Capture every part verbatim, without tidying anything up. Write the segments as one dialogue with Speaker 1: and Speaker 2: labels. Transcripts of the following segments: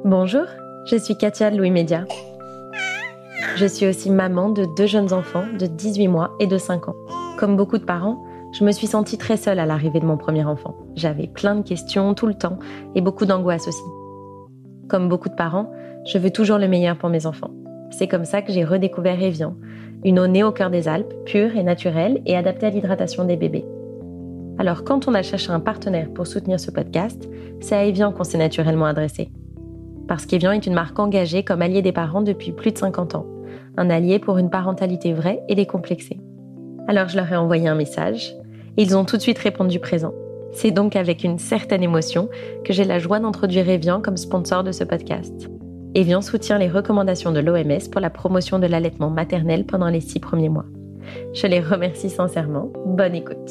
Speaker 1: Bonjour, je suis Katia de Louis Média. Je suis aussi maman de deux jeunes enfants de dix-huit mois et de cinq ans. Comme beaucoup de parents, je me suis sentie très seule à l'arrivée de mon premier enfant. J'avais plein de questions tout le temps et beaucoup d'angoisse aussi. Comme beaucoup de parents, je veux toujours le meilleur pour mes enfants. C'est comme ça que j'ai redécouvert Evian, une eau née au cœur des Alpes, pure et naturelle et adaptée à l'hydratation des bébés. Alors quand on a cherché un partenaire pour soutenir ce podcast, c'est à Evian qu'on s'est naturellement adressé. Parce qu'Evian est une marque engagée comme allié des parents depuis plus de cinquante ans. Un allié pour une parentalité vraie et décomplexée. Alors je leur ai envoyé un message et ils ont tout de suite répondu présent. C'est donc avec une certaine émotion que j'ai la joie d'introduire Evian comme sponsor de ce podcast. Evian soutient les recommandations de l'O M S pour la promotion de l'allaitement maternel pendant les six premiers mois. Je les remercie sincèrement. Bonne écoute.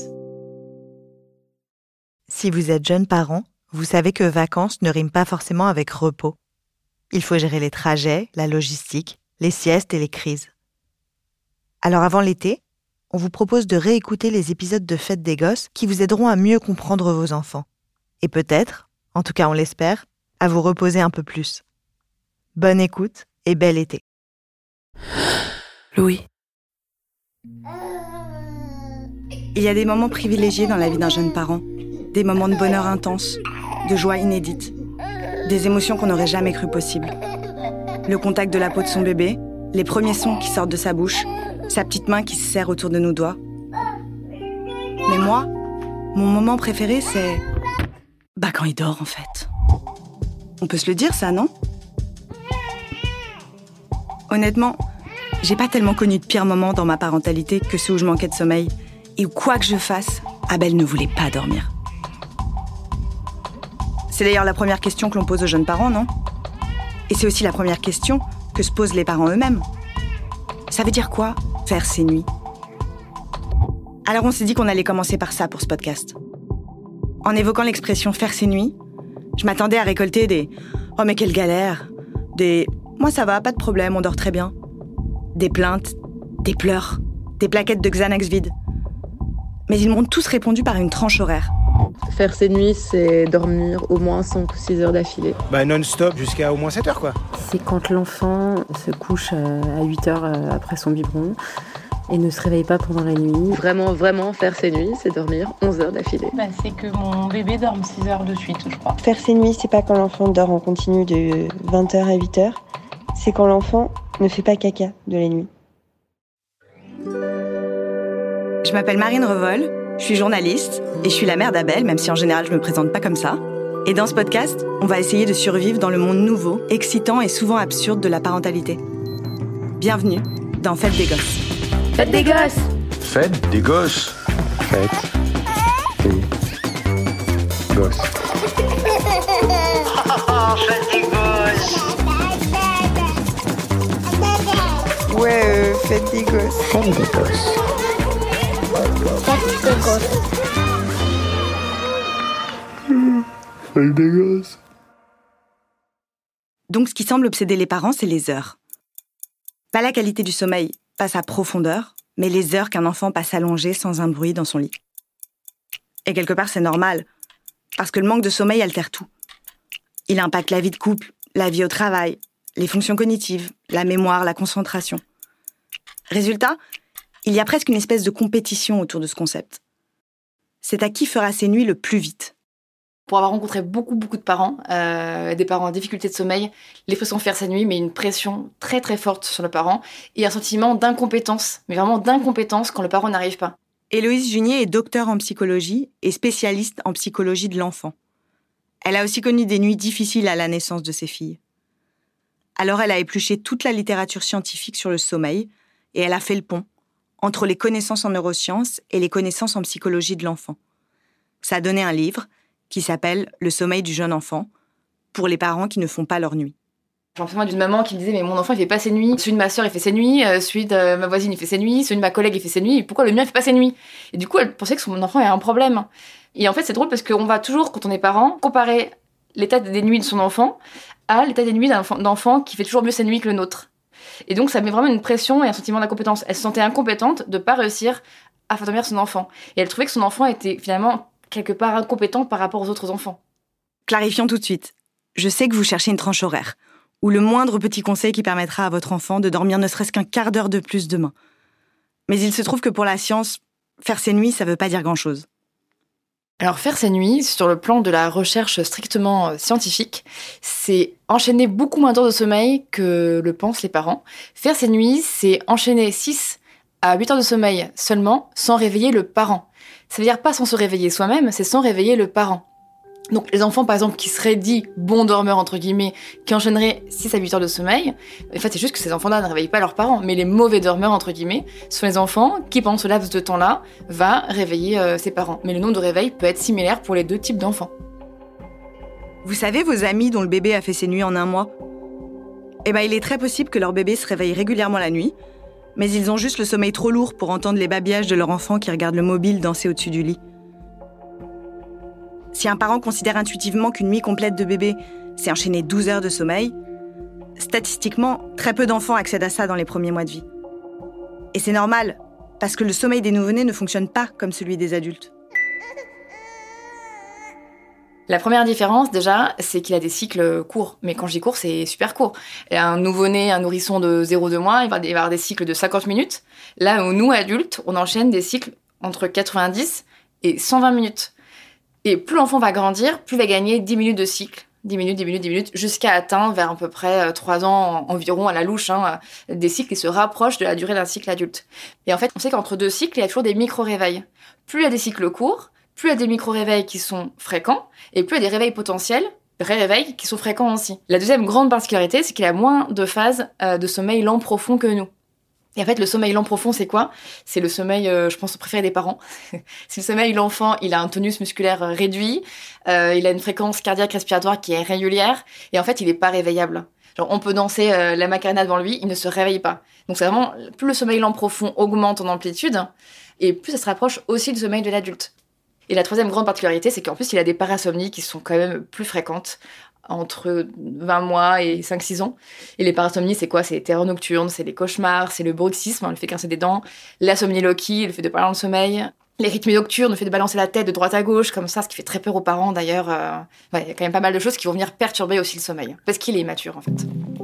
Speaker 2: Si vous êtes jeune parent, vous savez que vacances ne riment pas forcément avec repos. Il faut gérer les trajets, la logistique, les siestes et les crises. Alors avant l'été, on vous propose de réécouter les épisodes de Fête des Gosses qui vous aideront à mieux comprendre vos enfants. Et peut-être, en tout cas on l'espère, à vous reposer un peu plus. Bonne écoute et bel été.
Speaker 3: Louis. Il y a des moments privilégiés dans la vie d'un jeune parent. Des moments de bonheur intense, de joie inédite. Des émotions qu'on n'aurait jamais cru possibles. Le contact de la peau de son bébé, les premiers sons qui sortent de sa bouche, sa petite main qui se serre autour de nos doigts. Mais moi, mon moment préféré, c'est... Bah quand il dort, en fait. On peut se le dire, ça, non ? Honnêtement, j'ai pas tellement connu de pire moments dans ma parentalité que ceux où je manquais de sommeil et où, quoi que je fasse, Abel ne voulait pas dormir. C'est d'ailleurs la première question que l'on pose aux jeunes parents, non ? Et c'est aussi la première question que se posent les parents eux-mêmes. Ça veut dire quoi, faire ses nuits ? Alors on s'est dit qu'on allait commencer par ça pour ce podcast. En évoquant l'expression « faire ses nuits », je m'attendais à récolter des « oh mais quelle galère !» des « moi ça va, pas de problème, on dort très bien », des plaintes, des pleurs, des plaquettes de Xanax vides. Mais ils m'ont tous répondu par une tranche horaire.
Speaker 4: Faire ses nuits, c'est dormir au moins cinq ou six heures d'affilée.
Speaker 5: Bah non-stop jusqu'à au moins sept heures, quoi.
Speaker 6: C'est quand l'enfant se couche à huit heures après son biberon et ne se réveille pas pendant la nuit.
Speaker 4: Vraiment, vraiment, faire ses nuits, c'est dormir onze heures d'affilée.
Speaker 7: Bah, c'est que mon bébé dorme six heures de suite, je crois.
Speaker 8: Faire ses nuits, c'est pas quand l'enfant dort en continu de vingt heures à huit heures. C'est quand l'enfant ne fait pas caca de la nuit.
Speaker 3: Je m'appelle Marine Revol, je suis journaliste et je suis la mère d'Abel, même si en général je me présente pas comme ça. Et dans ce podcast, on va essayer de survivre dans le monde nouveau, excitant et souvent absurde de la parentalité. Bienvenue dans Fête des Gosses.
Speaker 4: Fête des Gosses.
Speaker 9: Fête des Gosses.
Speaker 10: Fête des Gosses.
Speaker 11: Fête des Gosses.
Speaker 3: Ouais, euh, Fête des Gosses.
Speaker 10: Fête des Gosses.
Speaker 11: Fête des Gosses.
Speaker 10: Fête des Gosses.
Speaker 3: Donc ce qui semble obséder les parents, c'est les heures. Pas la qualité du sommeil, pas sa profondeur, mais les heures qu'un enfant passe allongé sans un bruit dans son lit. Et quelque part, c'est normal, parce que le manque de sommeil altère tout. Il impacte la vie de couple, la vie au travail, les fonctions cognitives, la mémoire, la concentration. Résultat, il y a presque une espèce de compétition autour de ce concept. C'est à qui fera ses nuits le plus vite.
Speaker 12: Pour avoir rencontré beaucoup, beaucoup de parents, euh, des parents en difficulté de sommeil, l'expression faire sa nuit met une pression très, très forte sur le parent et un sentiment d'incompétence, mais vraiment d'incompétence quand le parent n'arrive pas.
Speaker 3: Héloïse Junier est docteure en psychologie et spécialiste en psychologie de l'enfant. Elle a aussi connu des nuits difficiles à la naissance de ses filles. Alors elle a épluché toute la littérature scientifique sur le sommeil et elle a fait le pont entre les connaissances en neurosciences et les connaissances en psychologie de l'enfant. Ça a donné un livre qui s'appelle « Le sommeil du jeune enfant » pour les parents qui ne font pas leur nuit.
Speaker 12: J'ai l'impression d'une maman qui me disait « mais mon enfant il fait pas ses nuits, celui de ma sœur il fait ses nuits, celui de ma voisine il fait ses nuits, celui de ma collègue il fait ses nuits, et pourquoi le mien il fait pas ses nuits ?» Et du coup elle pensait que son enfant avait un problème. Et en fait c'est drôle parce qu'on va toujours, quand on est parent, comparer l'état des nuits de son enfant à l'état des nuits d'un enfant, d'enfant qui fait toujours mieux ses nuits que le nôtre. Et donc ça met vraiment une pression et un sentiment d'incompétence. Elle se sentait incompétente de pas réussir à faire dormir son enfant. Et elle trouvait que son enfant était finalement quelque part incompétent par rapport aux autres enfants.
Speaker 3: Clarifions tout de suite. Je sais que vous cherchez une tranche horaire, ou le moindre petit conseil qui permettra à votre enfant de dormir ne serait-ce qu'un quart d'heure de plus demain. Mais il se trouve que pour la science, faire ses nuits, ça veut pas dire grand-chose.
Speaker 12: Alors faire ses nuits, sur le plan de la recherche strictement scientifique, c'est enchaîner beaucoup moins d'heures de sommeil que le pensent les parents. Faire ses nuits, c'est enchaîner six à huit heures de sommeil seulement, sans réveiller le parent. Ça veut dire pas sans se réveiller soi-même, c'est sans réveiller le parent. Donc les enfants, par exemple, qui seraient dits bons dormeurs, entre guillemets, qui enchaîneraient six à huit heures de sommeil, en fait, c'est juste que ces enfants-là ne réveillent pas leurs parents. Mais les mauvais dormeurs, entre guillemets, sont les enfants qui, pendant ce laps de temps-là, va réveiller euh, ses parents. Mais le nombre de réveils peut être similaire pour les deux types d'enfants.
Speaker 3: Vous savez, vos amis dont le bébé a fait ses nuits en un mois ? Eh ben, il est très possible que leur bébé se réveille régulièrement la nuit, mais ils ont juste le sommeil trop lourd pour entendre les babillages de leur enfant qui regarde le mobile danser au-dessus du lit. Si un parent considère intuitivement qu'une nuit complète de bébé, c'est enchaîner douze heures de sommeil, statistiquement, très peu d'enfants accèdent à ça dans les premiers mois de vie. Et c'est normal, parce que le sommeil des nouveau-nés ne fonctionne pas comme celui des adultes.
Speaker 12: La première différence, déjà, c'est qu'il a des cycles courts. Mais quand je dis court, c'est super court. Un nouveau-né, un nourrisson de zéro à deux mois, il va avoir des cycles de cinquante minutes. Là où nous, adultes, on enchaîne des cycles entre quatre-vingt-dix et cent vingt minutes. Et plus l'enfant va grandir, plus il va gagner dix minutes de cycle. dix minutes, dix minutes, dix minutes, jusqu'à atteindre vers à peu près trois ans environ à la louche, hein, des cycles qui se rapprochent de la durée d'un cycle adulte. Et en fait, on sait qu'entre deux cycles, il y a toujours des micro-réveils. Plus il y a des cycles courts, plus il y a des micro-réveils qui sont fréquents, et plus il y a des réveils potentiels, ré-réveils, qui sont fréquents aussi. La deuxième grande particularité, c'est qu'il a moins de phases euh, de sommeil lent profond que nous. Et en fait, le sommeil lent profond, c'est quoi ? C'est le sommeil, euh, je pense, préféré des parents. C'est le sommeil où l'enfant, il a un tonus musculaire réduit, euh, il a une fréquence cardiaque respiratoire qui est régulière, et en fait, il est pas réveillable. Genre, on peut danser euh, la Macarena devant lui, il ne se réveille pas. Donc c'est vraiment, plus le sommeil lent profond augmente en amplitude, et plus ça se rapproche aussi du sommeil de l'adulte. Et la troisième grande particularité, c'est qu'en plus, il a des parasomnies qui sont quand même plus fréquentes, entre vingt mois et cinq six ans. Et les parasomnies, c'est quoi ? C'est les terreurs nocturnes, c'est les cauchemars, c'est le bruxisme, hein, le fait de grincer des dents, la somniloquie, le fait de parler dans le sommeil, les rythmes nocturnes, le fait de balancer la tête de droite à gauche, comme ça, ce qui fait très peur aux parents d'ailleurs. Euh... Ouais, il y a quand même pas mal de choses qui vont venir perturber aussi le sommeil, parce qu'il est immature en fait.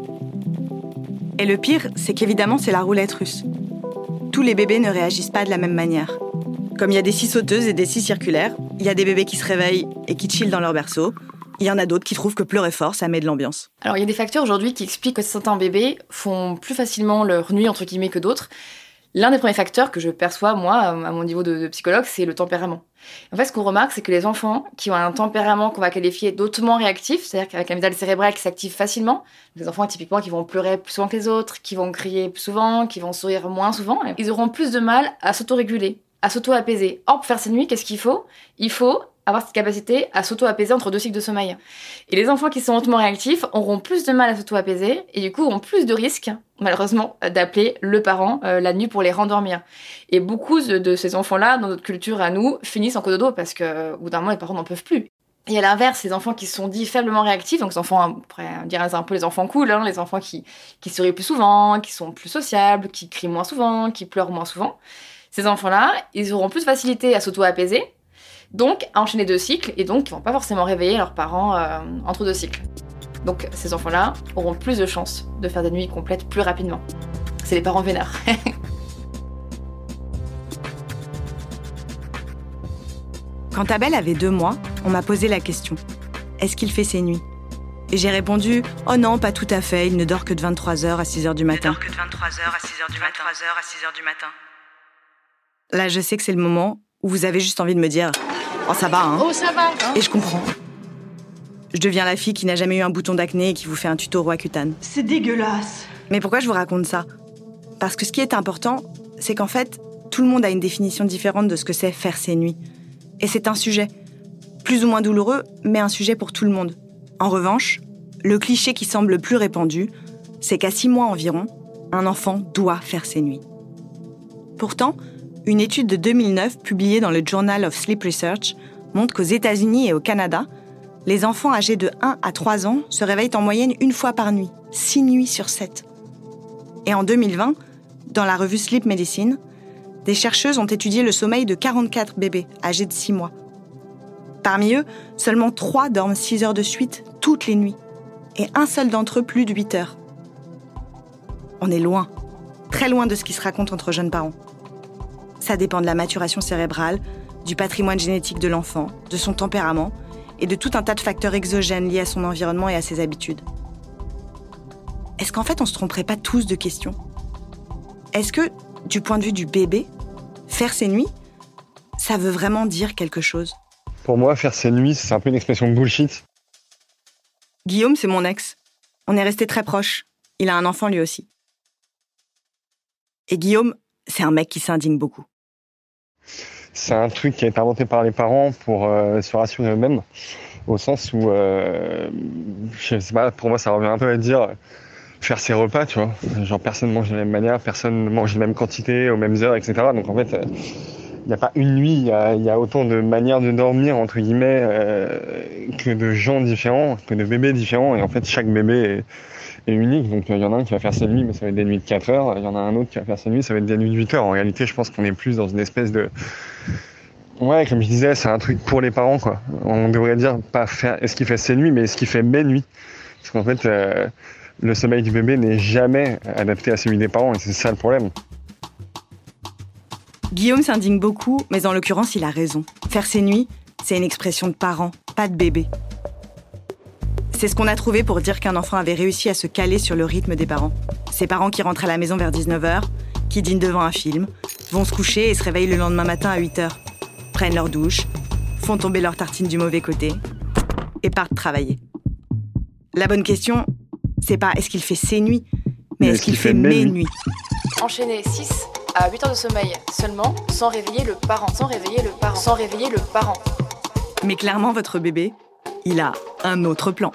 Speaker 3: Et le pire, c'est qu'évidemment, c'est la roulette russe. Tous les bébés ne réagissent pas de la même manière. Comme il y a des scies sauteuses et des scies circulaires, il y a des bébés qui se réveillent et qui chillent dans leur berceau. Il y en a d'autres qui trouvent que pleurer fort, ça met de l'ambiance.
Speaker 12: Alors, il y a des facteurs aujourd'hui qui expliquent que certains bébés font plus facilement leur nuit, entre guillemets, que d'autres. L'un des premiers facteurs que je perçois, moi, à mon niveau de, de psychologue, c'est le tempérament. En fait, ce qu'on remarque, c'est que les enfants qui ont un tempérament qu'on va qualifier d'autrement réactif, c'est-à-dire qu'avec l'amygdale cérébrale qui s'active facilement, les enfants typiquement qui vont pleurer plus souvent que les autres, qui vont crier plus souvent, qui vont sourire moins souvent, ils auront plus de mal à s'autoréguler, à s'auto-apaiser. Or, pour faire ces nuits, qu'est-ce qu'il faut ? Il faut avoir cette capacité à s'auto-apaiser entre deux cycles de sommeil. Et les enfants qui sont hautement réactifs auront plus de mal à s'auto-apaiser et du coup auront plus de risques, malheureusement, d'appeler le parent euh, la nuit pour les rendormir. Et beaucoup de, de ces enfants-là, dans notre culture à nous, finissent en cododo parce que, au bout d'un moment, les parents n'en peuvent plus. Et à l'inverse, les enfants qui sont dits faiblement réactifs, donc les enfants, on pourrait dire un peu les enfants cool, hein, les enfants qui, qui sourient plus souvent, qui sont plus sociables, qui crient moins souvent, qui pleurent moins souvent, ces enfants-là, ils auront plus de facilité à s'auto-apaiser, donc à enchaîner deux cycles, et donc ils vont pas forcément réveiller leurs parents euh, entre deux cycles. Donc ces enfants-là auront plus de chances de faire des nuits complètes plus rapidement. C'est les parents vénères.
Speaker 3: Quand Abel avait deux mois, on m'a posé la question « Est-ce qu'il fait ses nuits ?» Et j'ai répondu « Oh non, pas tout à fait, il ne dort que de vingt-trois heures à six heures du matin. »
Speaker 11: Il ne dort que de vingt-trois heures à six heures du matin. vingt-trois heures à six heures du matin.
Speaker 3: Là, je sais que c'est le moment où vous avez juste envie de me dire « Oh, ça va, hein ?»
Speaker 7: Oh, ça va, hein.
Speaker 3: Et je comprends. Je deviens la fille qui n'a jamais eu un bouton d'acné et qui vous fait un tuto Roaccutane.
Speaker 7: C'est dégueulasse.
Speaker 3: Mais pourquoi je vous raconte ça ? Parce que ce qui est important, c'est qu'en fait, tout le monde a une définition différente de ce que c'est faire ses nuits. Et c'est un sujet, plus ou moins douloureux, mais un sujet pour tout le monde. En revanche, le cliché qui semble le plus répandu, c'est qu'à six mois environ, un enfant doit faire ses nuits. Pourtant, une étude de deux mille neuf publiée dans le Journal of Sleep Research montre qu'aux États-Unis et au Canada, les enfants âgés de un à trois ans se réveillent en moyenne une fois par nuit, six nuits sur sept. Et en deux mille vingt, dans la revue Sleep Medicine, des chercheuses ont étudié le sommeil de quarante-quatre bébés âgés de six mois. Parmi eux, seulement trois dorment six heures de suite toutes les nuits. et un seul d'entre eux plus de huit heures. On est loin, très loin de ce qui se raconte entre jeunes parents. Ça dépend de la maturation cérébrale, du patrimoine génétique de l'enfant, de son tempérament et de tout un tas de facteurs exogènes liés à son environnement et à ses habitudes. Est-ce qu'en fait, on se tromperait pas tous de questions ? Est-ce que, du point de vue du bébé, faire ses nuits, ça veut vraiment dire quelque chose ?
Speaker 10: Pour moi, faire ses nuits, c'est un peu une expression de bullshit.
Speaker 3: Guillaume, c'est mon ex. On est restés très proches. Il a un enfant lui aussi. Et Guillaume, c'est un mec qui s'indigne beaucoup.
Speaker 10: C'est un truc qui a été inventé par les parents pour euh, se rassurer eux-mêmes, au sens où, euh, je sais pas, pour moi, ça revient un peu à dire faire ses repas, tu vois. Genre, personne mange de la même manière, personne mange de la même quantité, aux mêmes heures, et cetera. Donc, en fait, il euh, n'y a pas une nuit, il y a, y a autant de manières de dormir, entre guillemets, euh, que de gens différents, que de bébés différents. Et en fait, chaque bébé est, est unique. Donc, il y en a un qui va faire ses nuits, mais ça va être des nuits de quatre heures. Il y en a un autre qui va faire ses nuits, ça va être des nuits de huit heures. En réalité, je pense qu'on est plus dans une espèce de... Ouais, comme je disais, c'est un truc pour les parents, quoi. On devrait dire, pas faire est-ce qu'il fait ses nuits, mais est-ce qu'il fait mes nuits. Parce qu'en fait... Euh, le sommeil du bébé n'est jamais adapté à celui des parents et c'est ça le problème.
Speaker 3: Guillaume s'indigne beaucoup, mais en l'occurrence, il a raison. Faire ses nuits, c'est une expression de parent, pas de bébé. C'est ce qu'on a trouvé pour dire qu'un enfant avait réussi à se caler sur le rythme des parents. Ces parents qui rentrent à la maison vers dix-neuf heures, qui dînent devant un film, vont se coucher et se réveillent le lendemain matin à huit heures, prennent leur douche, font tomber leur tartine du mauvais côté et partent travailler. La bonne question, c'est pas est-ce qu'il fait ses nuits, mais, mais est-ce, est-ce qu'il, qu'il fait, fait mes nuits.
Speaker 12: Enchaîner six à huit heures de sommeil seulement, sans réveiller le parent, sans réveiller le parent, sans réveiller le parent.
Speaker 3: Mais clairement, votre bébé, il a un autre plan.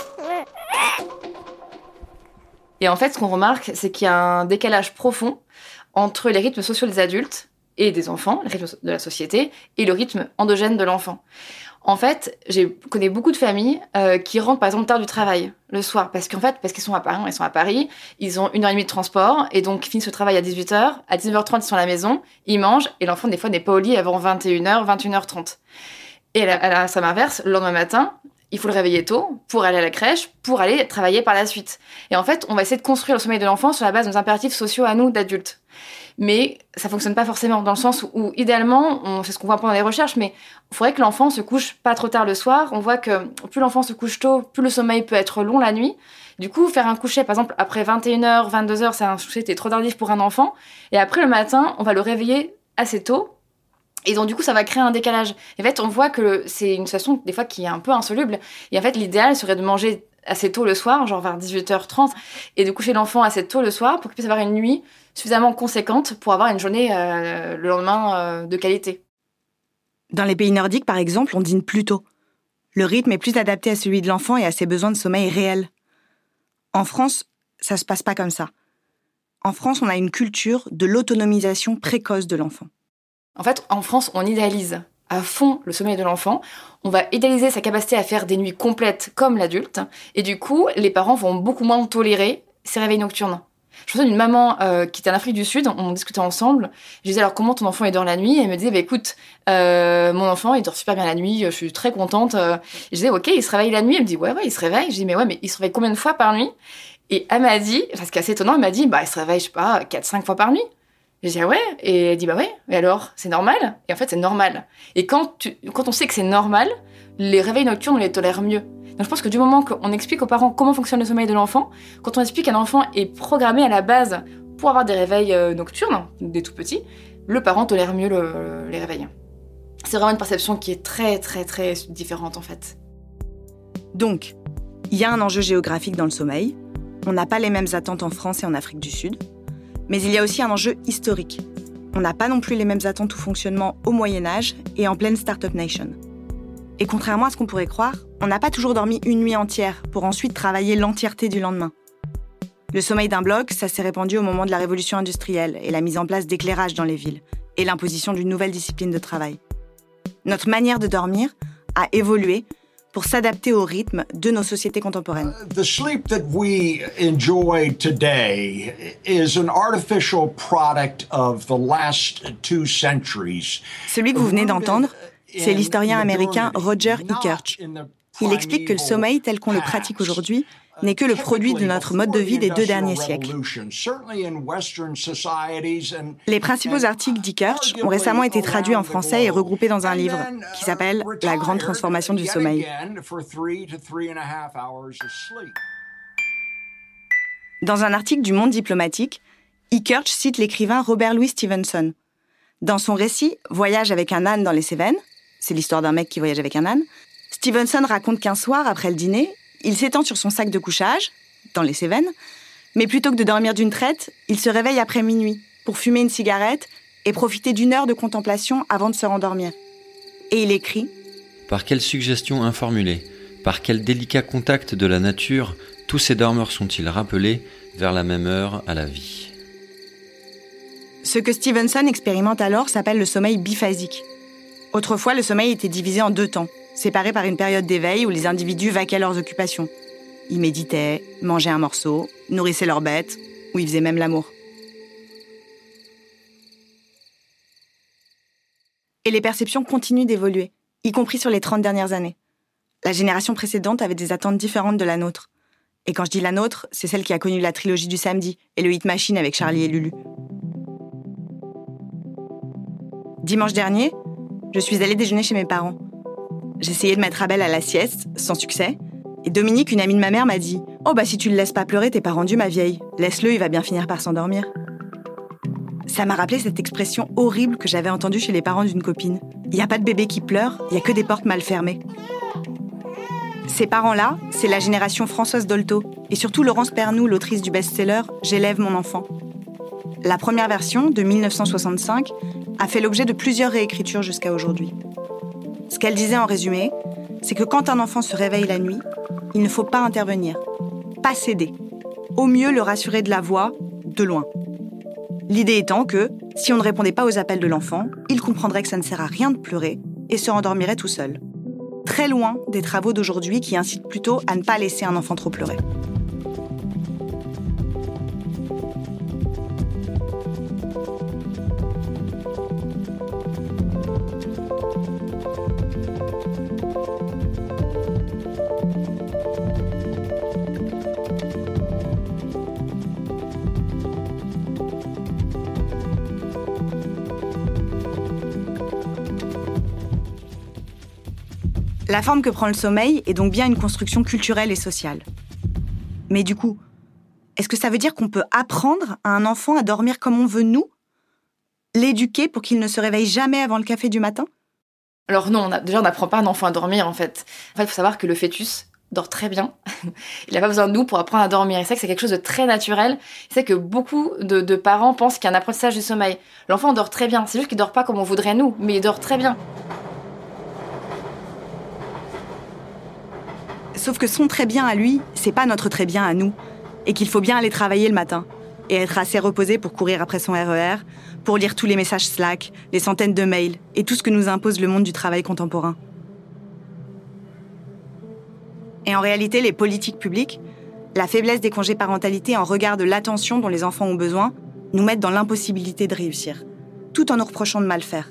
Speaker 12: Et en fait, ce qu'on remarque, c'est qu'il y a un décalage profond entre les rythmes sociaux des adultes et des enfants, les rythmes de la société, et le rythme endogène de l'enfant. En fait, je connais beaucoup de familles euh, qui rentrent par exemple tard du travail le soir parce qu'en fait, parce qu'ils sont à Paris, ils sont à Paris, ils ont une heure et demie de transport et donc ils finissent le travail à dix-huit heures, à dix-neuf heures trente ils sont à la maison, ils mangent et l'enfant des fois n'est pas au lit avant vingt et une heures, vingt et une heures trente. Et là, là, ça m'inverse, le lendemain matin, il faut le réveiller tôt pour aller à la crèche, pour aller travailler par la suite. Et en fait, on va essayer de construire le sommeil de l'enfant sur la base de nos impératifs sociaux à nous d'adultes. Mais ça fonctionne pas forcément, dans le sens où, idéalement, on, c'est ce qu'on voit pendant les recherches, mais il faudrait que l'enfant se couche pas trop tard le soir. On voit que plus l'enfant se couche tôt, plus le sommeil peut être long la nuit. Du coup, faire un coucher, par exemple, après vingt et une heures, vingt-deux heures, c'est un coucher qui est trop tardif pour un enfant. Et après, le matin, on va le réveiller assez tôt. Et donc, du coup, ça va créer un décalage. Et en fait, on voit que c'est une situation, des fois, qui est un peu insoluble. Et en fait, l'idéal serait de manger assez tôt le soir, genre vers dix-huit heures trente, et de coucher l'enfant assez tôt le soir pour qu'il puisse avoir une nuit suffisamment conséquente pour avoir une journée euh, le lendemain euh, de qualité.
Speaker 3: Dans les pays nordiques, par exemple, on dîne plus tôt. Le rythme est plus adapté à celui de l'enfant et à ses besoins de sommeil réels. En France, ça se passe pas comme ça. En France, on a une culture de l'autonomisation précoce de l'enfant.
Speaker 12: En fait, en France, on idéalise à fond le sommeil de l'enfant. On va idéaliser sa capacité à faire des nuits complètes comme l'adulte. Et du coup, les parents vont beaucoup moins tolérer ces réveils nocturnes. Je me souviens d'une maman euh, qui était en Afrique du Sud, on discutait ensemble. Je disais alors comment ton enfant il dort la nuit et elle me disait bah écoute, euh, mon enfant il dort super bien la nuit, je suis très contente. Et je disais ok il se réveille la nuit, elle me dit ouais ouais il se réveille. Je dis mais ouais mais il se réveille combien de fois par nuit? Et elle m'a dit, parce qu'elle est assez étonnant, elle m'a dit bah il se réveille je sais pas quatre cinq fois par nuit. J'ai dit ah ouais, et elle dit bah ouais, mais alors c'est normal? Et en fait c'est normal. Et quand tu, quand on sait que c'est normal, les réveils nocturnes on les tolère mieux. Donc je pense que du moment qu'on explique aux parents comment fonctionne le sommeil de l'enfant, quand on explique qu'un enfant est programmé à la base pour avoir des réveils euh, nocturnes, des tout petits, le parent tolère mieux le, les réveils. C'est vraiment une perception qui est très très très différente en fait.
Speaker 3: Donc, il y a un enjeu géographique dans le sommeil. On n'a pas les mêmes attentes en France et en Afrique du Sud. Mais il y a aussi un enjeu historique. On n'a pas non plus les mêmes attentes au fonctionnement au Moyen-Âge et en pleine Startup Nation. Et contrairement à ce qu'on pourrait croire, on n'a pas toujours dormi une nuit entière pour ensuite travailler l'entièreté du lendemain. Le sommeil d'un bloc, ça s'est répandu au moment de la révolution industrielle et la mise en place d'éclairage dans les villes et l'imposition d'une nouvelle discipline de travail. Notre manière de dormir a évolué pour s'adapter au rythme de nos sociétés contemporaines.
Speaker 13: The sleep that we enjoy today is an artificial product of the last two centuries.
Speaker 3: Celui que vous venez d'entendre, c'est l'historien américain Roger Ekirch. Il explique que le sommeil tel qu'on le pratique aujourd'hui n'est que le produit de notre mode de vie des deux derniers siècles. Les principaux articles d'Ikirch ont récemment été traduits en français et regroupés dans un livre qui s'appelle « La grande transformation du sommeil ». Dans un article du Monde diplomatique, Ikirch cite l'écrivain Robert Louis Stevenson. Dans son récit « Voyage avec un âne dans les Cévennes », c'est l'histoire d'un mec qui voyage avec un âne, Stevenson raconte qu'un soir, après le dîner, il s'étend sur son sac de couchage, dans les Cévennes, mais plutôt que de dormir d'une traite, il se réveille après minuit pour fumer une cigarette et profiter d'une heure de contemplation avant de se rendormir. Et il écrit «
Speaker 14: Par quelle suggestion informulée, par quel délicat contact de la nature, tous ces dormeurs sont-ils rappelés vers la même heure à la vie ?»
Speaker 3: Ce que Stevenson expérimente alors s'appelle le sommeil biphasique. Autrefois, le sommeil était divisé en deux temps, séparés par une période d'éveil où les individus vaquaient à leurs occupations. Ils méditaient, mangeaient un morceau, nourrissaient leurs bêtes, ou ils faisaient même l'amour. Et les perceptions continuent d'évoluer, y compris sur les trente dernières années. La génération précédente avait des attentes différentes de la nôtre. Et quand je dis la nôtre, c'est celle qui a connu la trilogie du samedi et le Hit Machine avec Charlie et Lulu. Dimanche dernier, je suis allée déjeuner chez mes parents. J'essayais de mettre Abel à la sieste, sans succès. Et Dominique, une amie de ma mère, m'a dit « Oh bah si tu le laisses pas pleurer, t'es pas rendu ma vieille. Laisse-le, il va bien finir par s'endormir. » Ça m'a rappelé cette expression horrible que j'avais entendue chez les parents d'une copine. Il n'y a pas de bébé qui pleure, il n'y a que des portes mal fermées. Ces parents-là, c'est la génération Françoise Dolto, et surtout Laurence Pernou, l'autrice du best-seller « J'élève mon enfant ». La première version, de dix-neuf cent soixante-cinq, a fait l'objet de plusieurs réécritures jusqu'à aujourd'hui. Ce qu'elle disait en résumé, c'est que quand un enfant se réveille la nuit, il ne faut pas intervenir, pas céder. Au mieux, le rassurer de la voix, de loin. L'idée étant que, si on ne répondait pas aux appels de l'enfant, il comprendrait que ça ne sert à rien de pleurer et se rendormirait tout seul. Très loin des travaux d'aujourd'hui qui incitent plutôt à ne pas laisser un enfant trop pleurer. La forme que prend le sommeil est donc bien une construction culturelle et sociale. Mais du coup, est-ce que ça veut dire qu'on peut apprendre à un enfant à dormir comme on veut, nous ? L'éduquer pour qu'il ne se réveille jamais avant le café du matin ?
Speaker 12: Alors non, on a, déjà on n'apprend pas un enfant à dormir en fait. En fait, il faut savoir que le fœtus dort très bien. Il n'a pas besoin de nous pour apprendre à dormir. Et c'est vrai que c'est quelque chose de très naturel. C'est que beaucoup de, de parents pensent qu'il y a un apprentissage du sommeil. L'enfant dort très bien, c'est juste qu'il dort pas comme on voudrait nous, mais il dort très bien.
Speaker 3: Sauf que son très bien à lui, c'est pas notre très bien à nous. Et qu'il faut bien aller travailler le matin. Et être assez reposé pour courir après son R E R, pour lire tous les messages Slack, les centaines de mails, et tout ce que nous impose le monde du travail contemporain. Et en réalité, les politiques publiques, la faiblesse des congés parentalité en regard de l'attention dont les enfants ont besoin, nous mettent dans l'impossibilité de réussir, tout en nous reprochant de mal faire.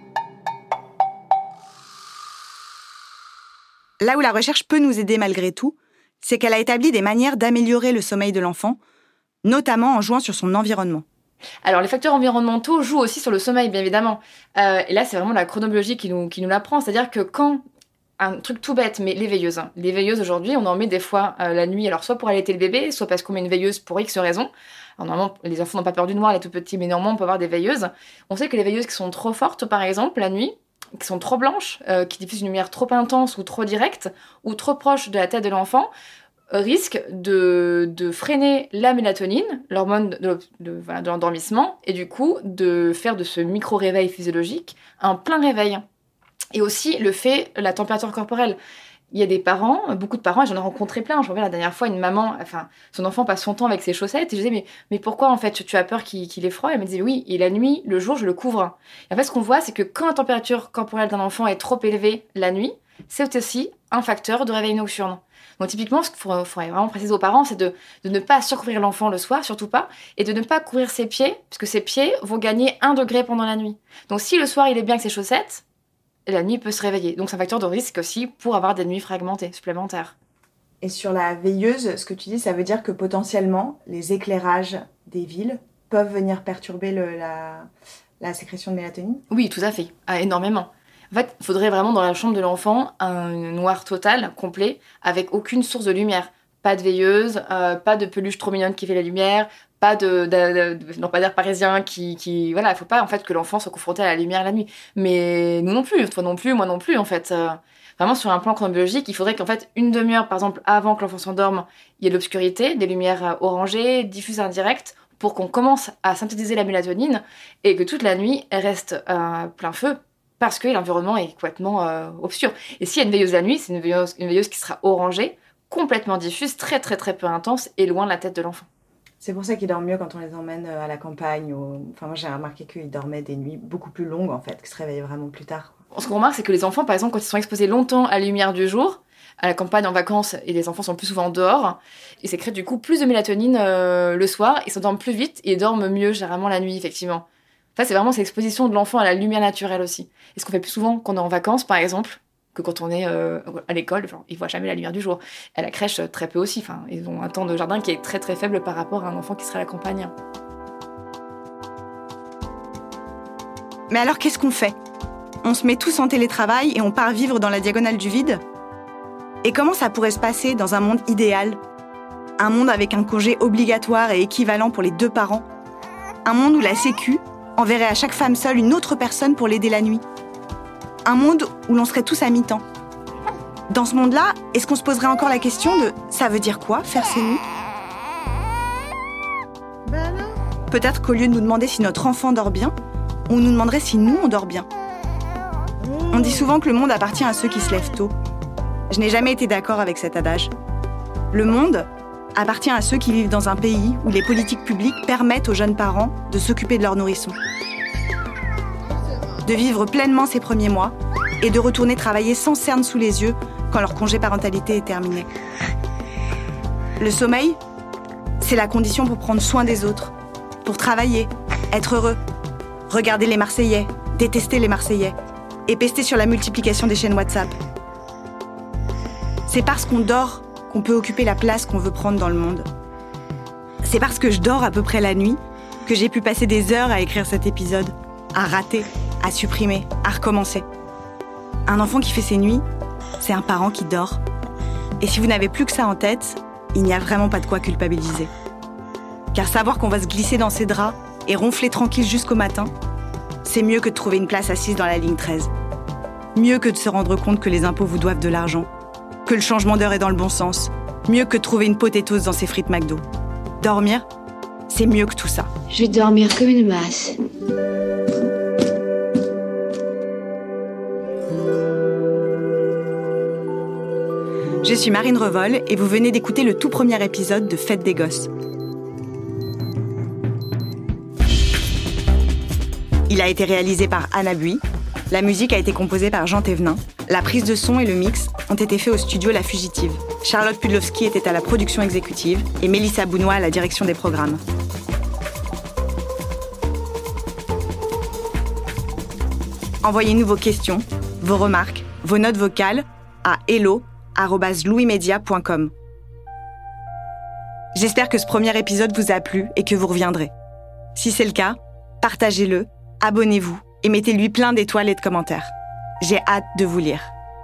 Speaker 3: Là où la recherche peut nous aider malgré tout, c'est qu'elle a établi des manières d'améliorer le sommeil de l'enfant, notamment en jouant sur son environnement.
Speaker 12: Alors, les facteurs environnementaux jouent aussi sur le sommeil, bien évidemment. Euh, et là, c'est vraiment la chronobiologie qui nous, qui nous l'apprend. C'est-à-dire que quand... Un truc tout bête, mais les veilleuses. Hein. Les veilleuses, aujourd'hui, on en met des fois euh, la nuit, alors soit pour allaiter le bébé, soit parce qu'on met une veilleuse pour X raisons. Alors, normalement, les enfants n'ont pas peur du noir, les tout petits, mais néanmoins, on peut avoir des veilleuses. On sait que les veilleuses qui sont trop fortes, par exemple, la nuit, qui sont trop blanches, euh, qui diffusent une lumière trop intense ou trop directe, ou trop proche de la tête de l'enfant, euh, risquent de, de freiner la mélatonine, l'hormone de, de, de, voilà, de l'endormissement, et du coup, de faire de ce micro-réveil physiologique un plein réveil. Et aussi le fait, la température corporelle. Il y a des parents, beaucoup de parents, et j'en ai rencontré plein. Je reviens la dernière fois, une maman, enfin, son enfant passe son temps avec ses chaussettes, et je disais, mais, mais pourquoi en fait tu as peur qu'il, qu'il ait froid ? Elle me disait, oui, et la nuit, le jour, je le couvre. Et en fait, ce qu'on voit, c'est que quand la température corporelle d'un enfant est trop élevée la nuit, c'est aussi un facteur de réveil nocturne. Donc typiquement, ce qu'il faudrait, faudrait vraiment préciser aux parents, c'est de, de ne pas surcouvrir l'enfant le soir, surtout pas, et de ne pas couvrir ses pieds, parce que ses pieds vont gagner un degré pendant la nuit. Donc si le soir, il est bien avec ses chaussettes, la nuit peut se réveiller. Donc c'est un facteur de risque aussi pour avoir des nuits fragmentées, supplémentaires.
Speaker 3: Et sur la veilleuse, ce que tu dis, ça veut dire que potentiellement, les éclairages des villes peuvent venir perturber le, la, la sécrétion de mélatonine ?
Speaker 12: Oui, tout à fait, ah, énormément. En fait, il faudrait vraiment dans la chambre de l'enfant un noir total, complet, avec aucune source de lumière. Pas de veilleuse, euh, pas de peluche trop mignonne qui fait la lumière, pas de, de, de, de lampadaire parisien qui, qui... Voilà, il faut pas en fait que l'enfant soit confronté à la lumière la nuit. Mais nous non plus, toi non plus, moi non plus, en fait. Euh, vraiment, sur un plan chronologique, il faudrait qu'en fait, une demi-heure, par exemple, avant que l'enfant s'endorme, il y ait de l'obscurité, des lumières orangées, diffusées indirectes, pour qu'on commence à synthétiser la mélatonine et que toute la nuit, elle reste à plein feu parce que l'environnement est complètement euh, obscur. Et s'il y a une veilleuse la nuit, c'est une veilleuse, une veilleuse qui sera orangée, complètement diffuse, très très très peu intense et loin de la tête de l'enfant.
Speaker 3: C'est pour ça qu'ils dorment mieux quand on les emmène à la campagne. Ou... Enfin, moi j'ai remarqué qu'ils dormaient des nuits beaucoup plus longues en fait, qu'ils se réveillaient vraiment plus tard.
Speaker 12: Ce qu'on remarque, c'est que les enfants, par exemple, quand ils sont exposés longtemps à la lumière du jour, à la campagne en vacances, et les enfants sont plus souvent dehors, ils sécrètent du coup plus de mélatonine euh, le soir, ils s'endorment plus vite et dorment mieux généralement la nuit, effectivement. Ça, c'est vraiment cette exposition de l'enfant à la lumière naturelle aussi. Et ce qu'on fait plus souvent quand on est en vacances, par exemple, que quand on est euh, à l'école, enfin, ils voient jamais la lumière du jour. À la crèche, très peu aussi. Enfin, ils ont un temps de jardin qui est très très faible par rapport à un enfant qui serait à la campagne.
Speaker 3: Mais alors, qu'est-ce qu'on fait ? On se met tous en télétravail et on part vivre dans la diagonale du vide ? Et comment ça pourrait se passer dans un monde idéal ? Un monde avec un congé obligatoire et équivalent pour les deux parents ? Un monde où la Sécu enverrait à chaque femme seule une autre personne pour l'aider la nuit ? Un monde où l'on serait tous à mi-temps ? Dans ce monde-là, est-ce qu'on se poserait encore la question de « ça veut dire quoi, faire ses nuits ?» Peut-être qu'au lieu de nous demander si notre enfant dort bien, on nous demanderait si nous, on dort bien. On dit souvent que le monde appartient à ceux qui se lèvent tôt. Je n'ai jamais été d'accord avec cet adage. Le monde appartient à ceux qui vivent dans un pays où les politiques publiques permettent aux jeunes parents de s'occuper de leurs nourrissons, de vivre pleinement ses premiers mois et de retourner travailler sans cerne sous les yeux quand leur congé parentalité est terminé. Le sommeil, c'est la condition pour prendre soin des autres, pour travailler, être heureux, regarder les Marseillais, détester les Marseillais et pester sur la multiplication des chaînes WhatsApp. C'est parce qu'on dort qu'on peut occuper la place qu'on veut prendre dans le monde. C'est parce que je dors à peu près la nuit que j'ai pu passer des heures à écrire cet épisode, à rater, à supprimer, à recommencer. Un enfant qui fait ses nuits, c'est un parent qui dort. Et si vous n'avez plus que ça en tête, il n'y a vraiment pas de quoi culpabiliser. Car savoir qu'on va se glisser dans ses draps et ronfler tranquille jusqu'au matin, c'est mieux que de trouver une place assise dans la ligne treize. Mieux que de se rendre compte que les impôts vous doivent de l'argent, que le changement d'heure est dans le bon sens, mieux que de trouver une potatoes dans ses frites McDo. Dormir, c'est mieux que tout ça.
Speaker 15: Je vais dormir comme une masse.
Speaker 3: Je suis Marine Revol et vous venez d'écouter le tout premier épisode de Fête des Gosses. Il a été réalisé par Anna Bui, la musique a été composée par Jean Thévenin, la prise de son et le mix ont été faits au studio La Fugitive. Charlotte Pudlowski était à la production exécutive et Mélissa Bounois à la direction des programmes. Envoyez-nous vos questions, vos remarques, vos notes vocales à hello arobase louismedia point com. J'espère que ce premier épisode vous a plu et que vous reviendrez. Si c'est le cas, partagez-le, abonnez-vous et mettez-lui plein d'étoiles et de commentaires. J'ai hâte de vous lire.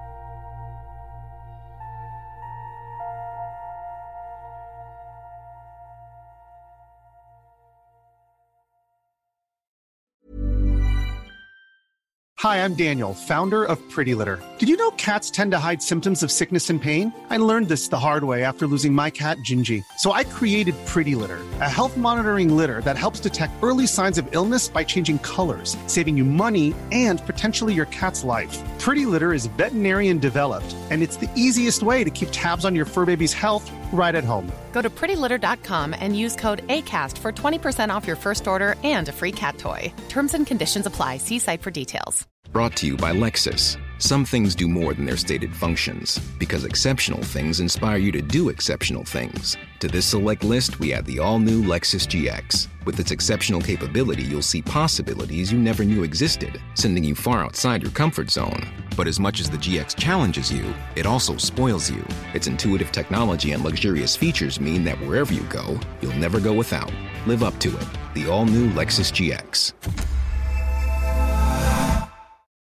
Speaker 16: Hi, I'm Daniel, founder of Pretty Litter. Did you know cats tend to hide symptoms of sickness and pain? I learned this the hard way after losing my cat, Gingy. So I created Pretty Litter, a health monitoring litter that helps detect early signs of illness by changing colors, saving you money and potentially your cat's life. Pretty Litter is veterinarian developed, and it's the easiest way to keep tabs on your fur baby's health right at home.
Speaker 17: Go to pretty litter dot com and use code ACAST for twenty percent off your first order and a free cat toy. Terms and conditions apply. See site for details.
Speaker 18: Brought to you by Lexus. Some things do more than their stated functions, because exceptional things inspire you to do exceptional things. To this select list, we add the all-new Lexus G X. With its exceptional capability, you'll see possibilities you never knew existed, sending you far outside your comfort zone. But as much as the G X challenges you, it also spoils you. Its intuitive technology and luxurious features mean that wherever you go, you'll never go without. Live up to it. The all-new Lexus G X.